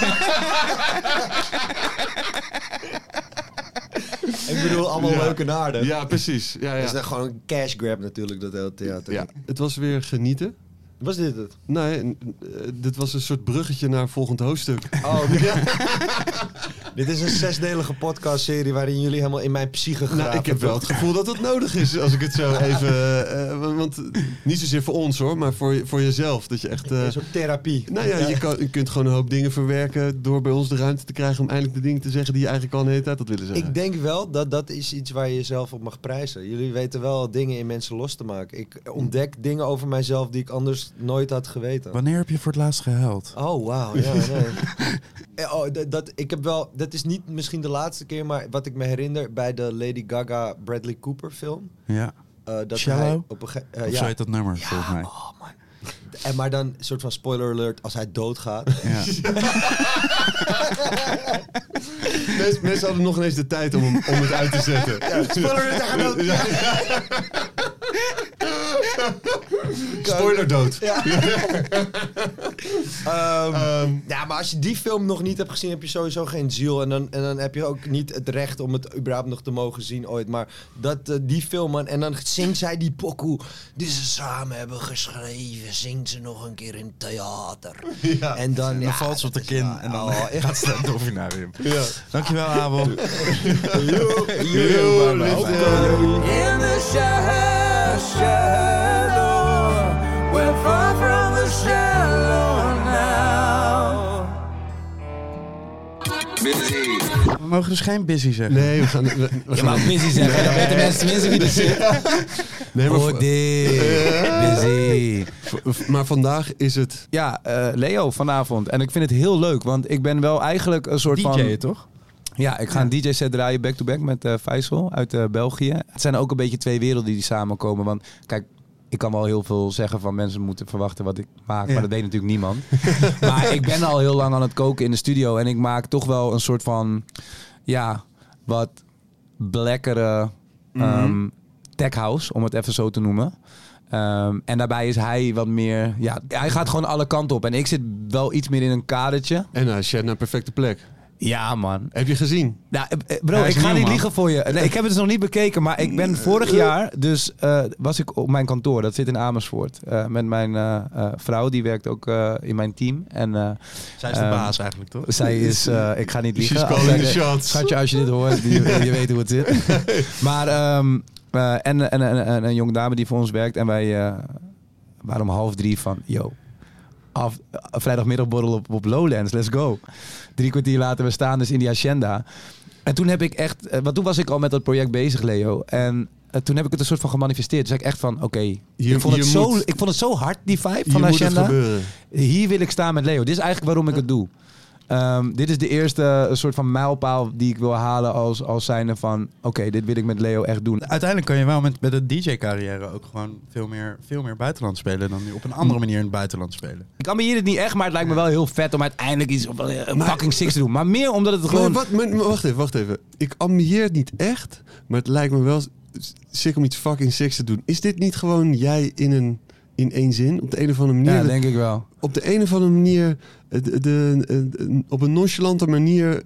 Ik bedoel, allemaal leuke naarden. Ja, precies. Ja. Dat is dan gewoon een cash grab natuurlijk, dat hele theater. Ja, het was weer genieten. Was dit het? Nee, dit was een soort bruggetje naar volgend hoofdstuk. Oh, dit is een 6-delige podcastserie waarin jullie helemaal in mijn psyche graven. Nou, ik heb wel het gevoel dat het nodig is, als ik het zo even... want niet zozeer voor ons hoor, maar voor jezelf. Dat je echt... een soort therapie. Nou ja, je kunt gewoon een hoop dingen verwerken door bij ons de ruimte te krijgen om eindelijk de dingen te zeggen die je eigenlijk al een hele tijd had willen zeggen. Ik denk wel dat is iets waar je jezelf op mag prijzen. Jullie weten wel dingen in mensen los te maken. Ik ontdek dingen over mijzelf die ik anders nooit had geweten. Wanneer heb je voor het laatst gehuild? Oh, wauw. Ja, nee. Ik heb wel... Dat is niet misschien de laatste keer, maar wat ik me herinner bij de Lady Gaga Bradley Cooper film. Ja. Dat Shallow? hij op een of zo heet dat nummer, volgens mij. Oh man. Maar dan een soort van spoiler alert als hij doodgaat. Ja. Mensen hadden nog ineens de tijd om het uit te zetten. Ja, spoiler alert, hij gaat dood. Spoiler dood. Ja. Ja, maar als je die film nog niet hebt gezien, heb je sowieso geen ziel. En dan heb je ook niet het recht om het überhaupt nog te mogen zien ooit. Maar die film, man. En dan zingt zij die pokoe die ze samen hebben geschreven. Zingt ze nog een keer in theater. Ja. En dan valt ze op de kin en dan gaat ze naar het dolfinarium. Ja. Dankjewel, Abel. In the shadow, we're far from the shadow now. Busy. We mogen dus geen busy zeggen. Nee, we gaan je mag busy zeggen, dan weten mensen tenminste wie er zit. Nee, maar busy. Maar vandaag is het... Ja, Leo vanavond. En ik vind het heel leuk, want ik ben wel eigenlijk een soort van... DJ, toch? Ja, ik ga een DJ-set draaien back-to-back met Faisal uit België. Het zijn ook een beetje twee werelden die samenkomen. Want kijk, ik kan wel heel veel zeggen van mensen moeten verwachten wat ik maak. Maar dat weet natuurlijk niemand. Maar ik ben al heel lang aan het koken in de studio. En ik maak toch wel een soort van... Ja, wat blackere tech house, om het even zo te noemen. En daarbij is hij wat meer... Ja, hij gaat gewoon alle kanten op. En ik zit wel iets meer in een kadertje. En hij is naar een perfecte plek. Ja, man. Heb je gezien? Nou, bro, ik ga niet liegen voor je. Nee, ik heb het dus nog niet bekeken, maar ik ben vorig jaar... Dus was ik op mijn kantoor, dat zit in Amersfoort. Met mijn vrouw, die werkt ook in mijn team. En, zij is de baas eigenlijk, toch? Zij is... ik ga niet liegen. She's calling the shots. Schatje, als je dit hoort, je weet hoe het zit. Maar... een jonge dame die voor ons werkt. En wij waren om 2:30 van... Yo, vrijdagmiddagborrel op Lowlands, let's go. 3 kwartier later, we staan dus in die agenda. En toen heb ik echt... want toen was ik al met dat project bezig, Leo. En toen heb ik het een soort van gemanifesteerd. Dus ik echt van, oké, ik vond het zo hard, die vibe van de agenda. Hier wil ik staan met Leo. Dit is eigenlijk waarom ik het doe. Dit is de eerste soort van mijlpaal die ik wil halen als zijnde van... Oké, dit wil ik met Leo echt doen. Uiteindelijk kan je wel met de DJ-carrière ook gewoon veel meer buitenland spelen... dan nu op een andere manier in het buitenland spelen. Ik ambieer het niet echt, maar het lijkt me wel heel vet om uiteindelijk iets op een fucking Six te doen. Maar meer omdat het gewoon... Wacht even. Ik ambieer het niet echt, maar het lijkt me wel sick om iets fucking Six te doen. Is dit niet gewoon jij in één zin? Op de een of andere manier... Ja, denk ik wel. Op de een of andere manier... op een nonchalante manier...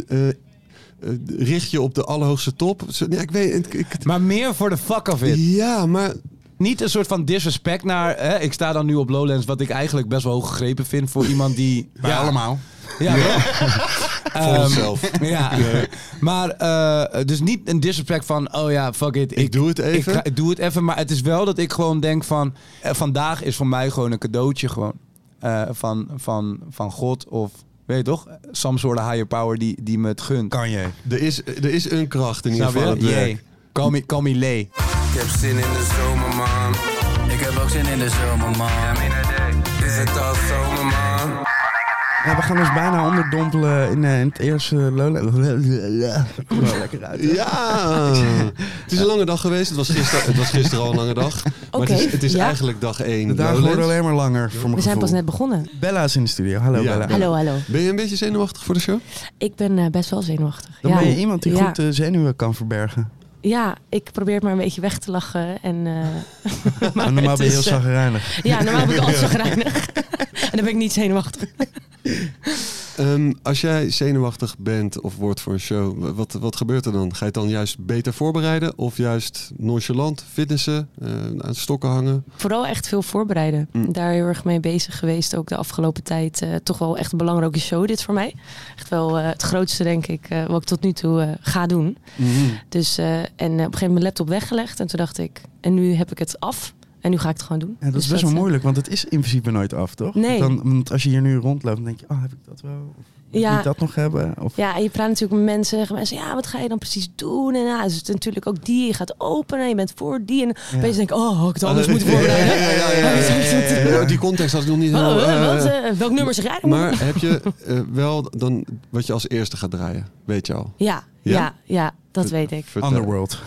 richt je op de allerhoogste top. Ja, ik weet... Maar meer voor de fuck of it. Ja, maar... Niet een soort van disrespect naar... ik sta dan nu op Lowlands, wat ik eigenlijk best wel hoog gegrepen vind voor iemand die... Wij allemaal. Ja, voor onszelf. Ja. Maar dus niet een disrespect van... Oh ja, fuck it. Ik doe het even. Ik doe het even, maar het is wel dat ik gewoon denk van... vandaag is voor mij gewoon een cadeautje gewoon. van God of... Weet je toch? Some soort of higher power die me het gunt. Kan je? Er is een kracht in ieder geval. Call me Lee. Ik heb zin in de zomer, man. Ik heb ook zin in de zomer, man. Is het al zomer, man? Ja, we gaan ons bijna onderdompelen in het eerste Lowlands. Lekker uit. Hè? Ja! Het is een lange dag geweest. Het was gisteren al een lange dag. Maar het is eigenlijk dag 1. De dagen worden alleen maar langer voor mijn We zijn gevoel. pas net begonnen. Bella is in de studio. Hallo Bella. Hallo. Ben je een beetje zenuwachtig voor de show? Ik ben best wel zenuwachtig. Dan ben je iemand die goed zenuwen kan verbergen. Ja, ik probeer het maar een beetje weg te lachen. Maar normaal ben je heel chagrijnig. Ja, normaal ben ik altijd chagrijnig. En dan ben ik niet zenuwachtig. Als jij zenuwachtig bent of wordt voor een show, wat gebeurt er dan? Ga je het dan juist beter voorbereiden of juist nonchalant fitnessen, aan stokken hangen? Vooral echt veel voorbereiden. Daar heel erg mee bezig geweest. Ook de afgelopen tijd. Toch wel echt een belangrijke show dit voor mij. Echt wel het grootste denk ik wat ik tot nu toe ga doen. Dus, en op een gegeven moment mijn laptop weggelegd. En toen dacht ik, en nu heb ik het af. En nu ga ik het gewoon doen. Ja, dat is best wel moeilijk, want het is in principe nooit af, toch? Nee. Want als je hier nu rondloopt, dan denk je, heb ik dat wel? Of moet ik dat nog hebben? Of... Ja, en je praat natuurlijk met mensen. Ja, wat ga je dan precies doen? En ja, dus natuurlijk ook die. Je gaat openen, je bent voor die. En opeens denk ik, had ik het anders moeten voorbereiden? Ja. Die context had ik nog niet welk nummer zeg jij? Maar heb je wel dan wat je als eerste gaat draaien? Weet je al? Ja, dat weet ik. Underworld.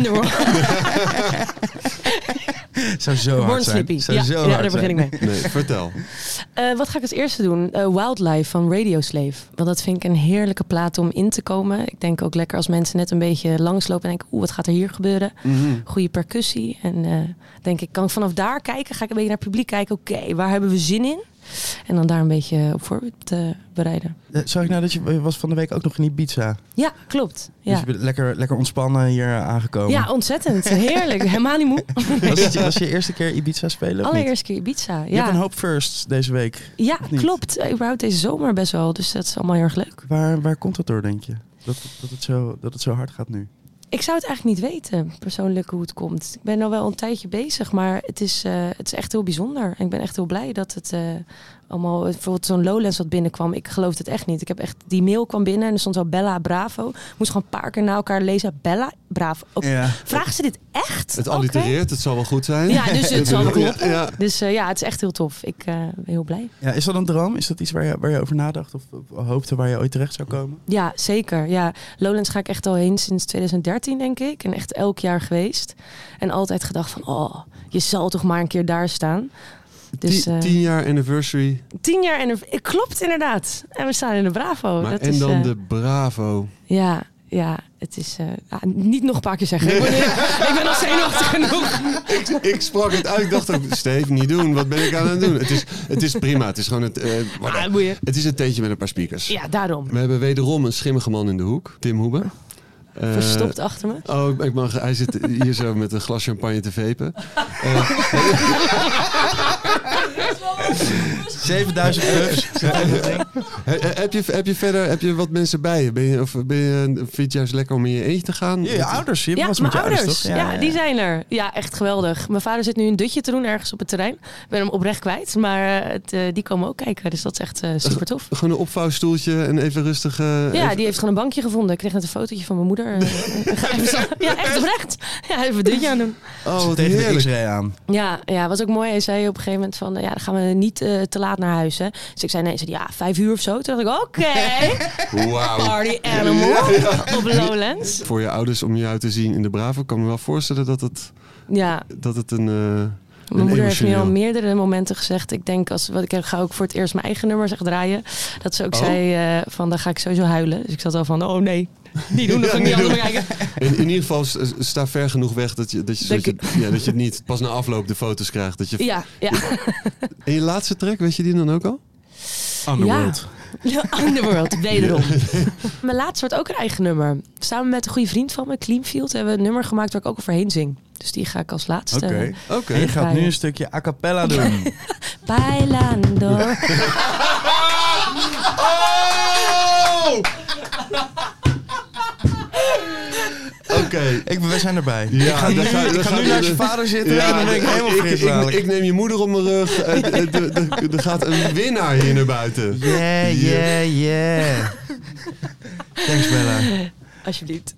Zou zo hard zijn. Daar begin ik mee. Nee, vertel. Wat ga ik als eerste doen? Wildlife van Radioslave. Want dat vind ik een heerlijke plaat om in te komen. Ik denk ook lekker als mensen net een beetje langslopen en denken, wat gaat er hier gebeuren? Goede percussie. En denk ik, kan ik vanaf daar kijken? Ga ik een beetje naar het publiek kijken? Oké, waar hebben we zin in? En dan daar een beetje op voor te bereiden. Zag ik nou dat je was van de week ook nog in Ibiza? Ja, klopt. Ja. Dus je bent lekker ontspannen hier aangekomen? Ja, ontzettend. Heerlijk. Helemaal niet moe. Was je eerste keer Ibiza spelen? Allereerste keer Ibiza, ja. Je hebt een hoop firsts deze week. Ja, klopt. Überhaupt deze zomer best wel. Dus dat is allemaal heel erg leuk. Waar komt dat door, denk je? Dat het zo hard gaat nu? Ik zou het eigenlijk niet weten, persoonlijk, hoe het komt. Ik ben al wel een tijdje bezig, maar het is echt heel bijzonder. En ik ben echt heel blij dat het allemaal... Bijvoorbeeld zo'n Lowlands wat binnenkwam, ik geloofde het echt niet. Ik heb echt... Die mail kwam binnen en er stond wel Bella Bravo. Moest gewoon een paar keer na elkaar lezen. Bella Bravo. Vragen ze dit echt? Het allitereert, het zal wel goed zijn. Ja, dus het zal wel kloppen. Ja. Dus het is echt heel tof. Ik ben heel blij. Ja, is dat een droom? Is dat iets waar je over nadacht of hoopte waar je ooit terecht zou komen? Ja, zeker. Ja, Lowlands ga ik echt al heen sinds 2013, denk ik. En echt elk jaar geweest. En altijd gedacht van, je zal toch maar een keer daar staan. Dus, 10 jaar anniversary. 10 jaar anniversary. Klopt, inderdaad. En we staan in de Bravo. Maar dat en is, dan de Bravo. Ja, het is... niet nog een paar keer zeggen. Ik ben al zenuwachtig genoeg. Ik sprak het uit. Ik dacht ook, Steve, niet doen. Wat ben ik aan het doen? Het is prima. Het is gewoon het is een theetje met een paar speakers. Ja, daarom. We hebben wederom een schimmige man in de hoek. Tim Hoebe. Verstopt achter me. Hij zit hier zo met een glas champagne te vapen. 7000 clubs. Heb je wat mensen bij je? Vind je het juist lekker om in je eentje te gaan? Je ouders. Je was mijn met je ouders. Toch? Ja, die zijn er. Ja, echt geweldig. Mijn vader zit nu een dutje te doen ergens op het terrein. Ik ben hem oprecht kwijt. Maar die komen ook kijken. Dus dat is echt super tof. Gewoon een opvouwstoeltje en even rustig... die heeft gewoon een bankje gevonden. Ik kreeg net een fotootje van mijn moeder. Ja, echt oprecht. Ja, even een dutje aan doen. Wat tegen de X-ray aan. Ja, was ook mooi. Hij zei op een gegeven moment van... dan gaan we niet te laat naar huis. Hè. Dus ik zei nee. Zei 5 uur of zo. Toen dacht ik, oké. Wow. Party animal op Lowlands. Voor je ouders om je uit te zien in de Bravo, kan me wel voorstellen dat het een... Mijn moeder heeft nu al meerdere momenten gezegd. Ik denk, ik ga ook voor het eerst mijn eigen nummer draaien. Dat ze ook zei van, dan ga ik sowieso huilen. Dus ik zat al van, oh nee, niet doen, dan ga ik niet anders kijken. In ieder geval sta ver genoeg weg dat je het niet pas na afloop de foto's krijgt. Dat je, ja. En je laatste track, weet je die dan ook al? Underworld. Ja, Underworld, wederom. Mijn laatste wordt ook een eigen nummer. Samen met een goede vriend van me, Cleanfield, hebben we een nummer gemaakt waar ik ook overheen zing. Dus die ga ik als laatste. Oké. En je gaat nu een stukje a cappella doen. Bailando. Oké. We zijn erbij. Ja, ik ga nu naast je vader zitten en dan ben ik helemaal fris. Ik neem je moeder op mijn rug. Er gaat een winnaar hier naar buiten. Yeah. Thanks, Bella. Alsjeblieft.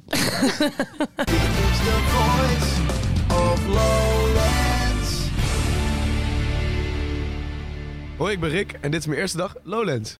Hoi, ik ben Rick en dit is mijn eerste dag Lowlands.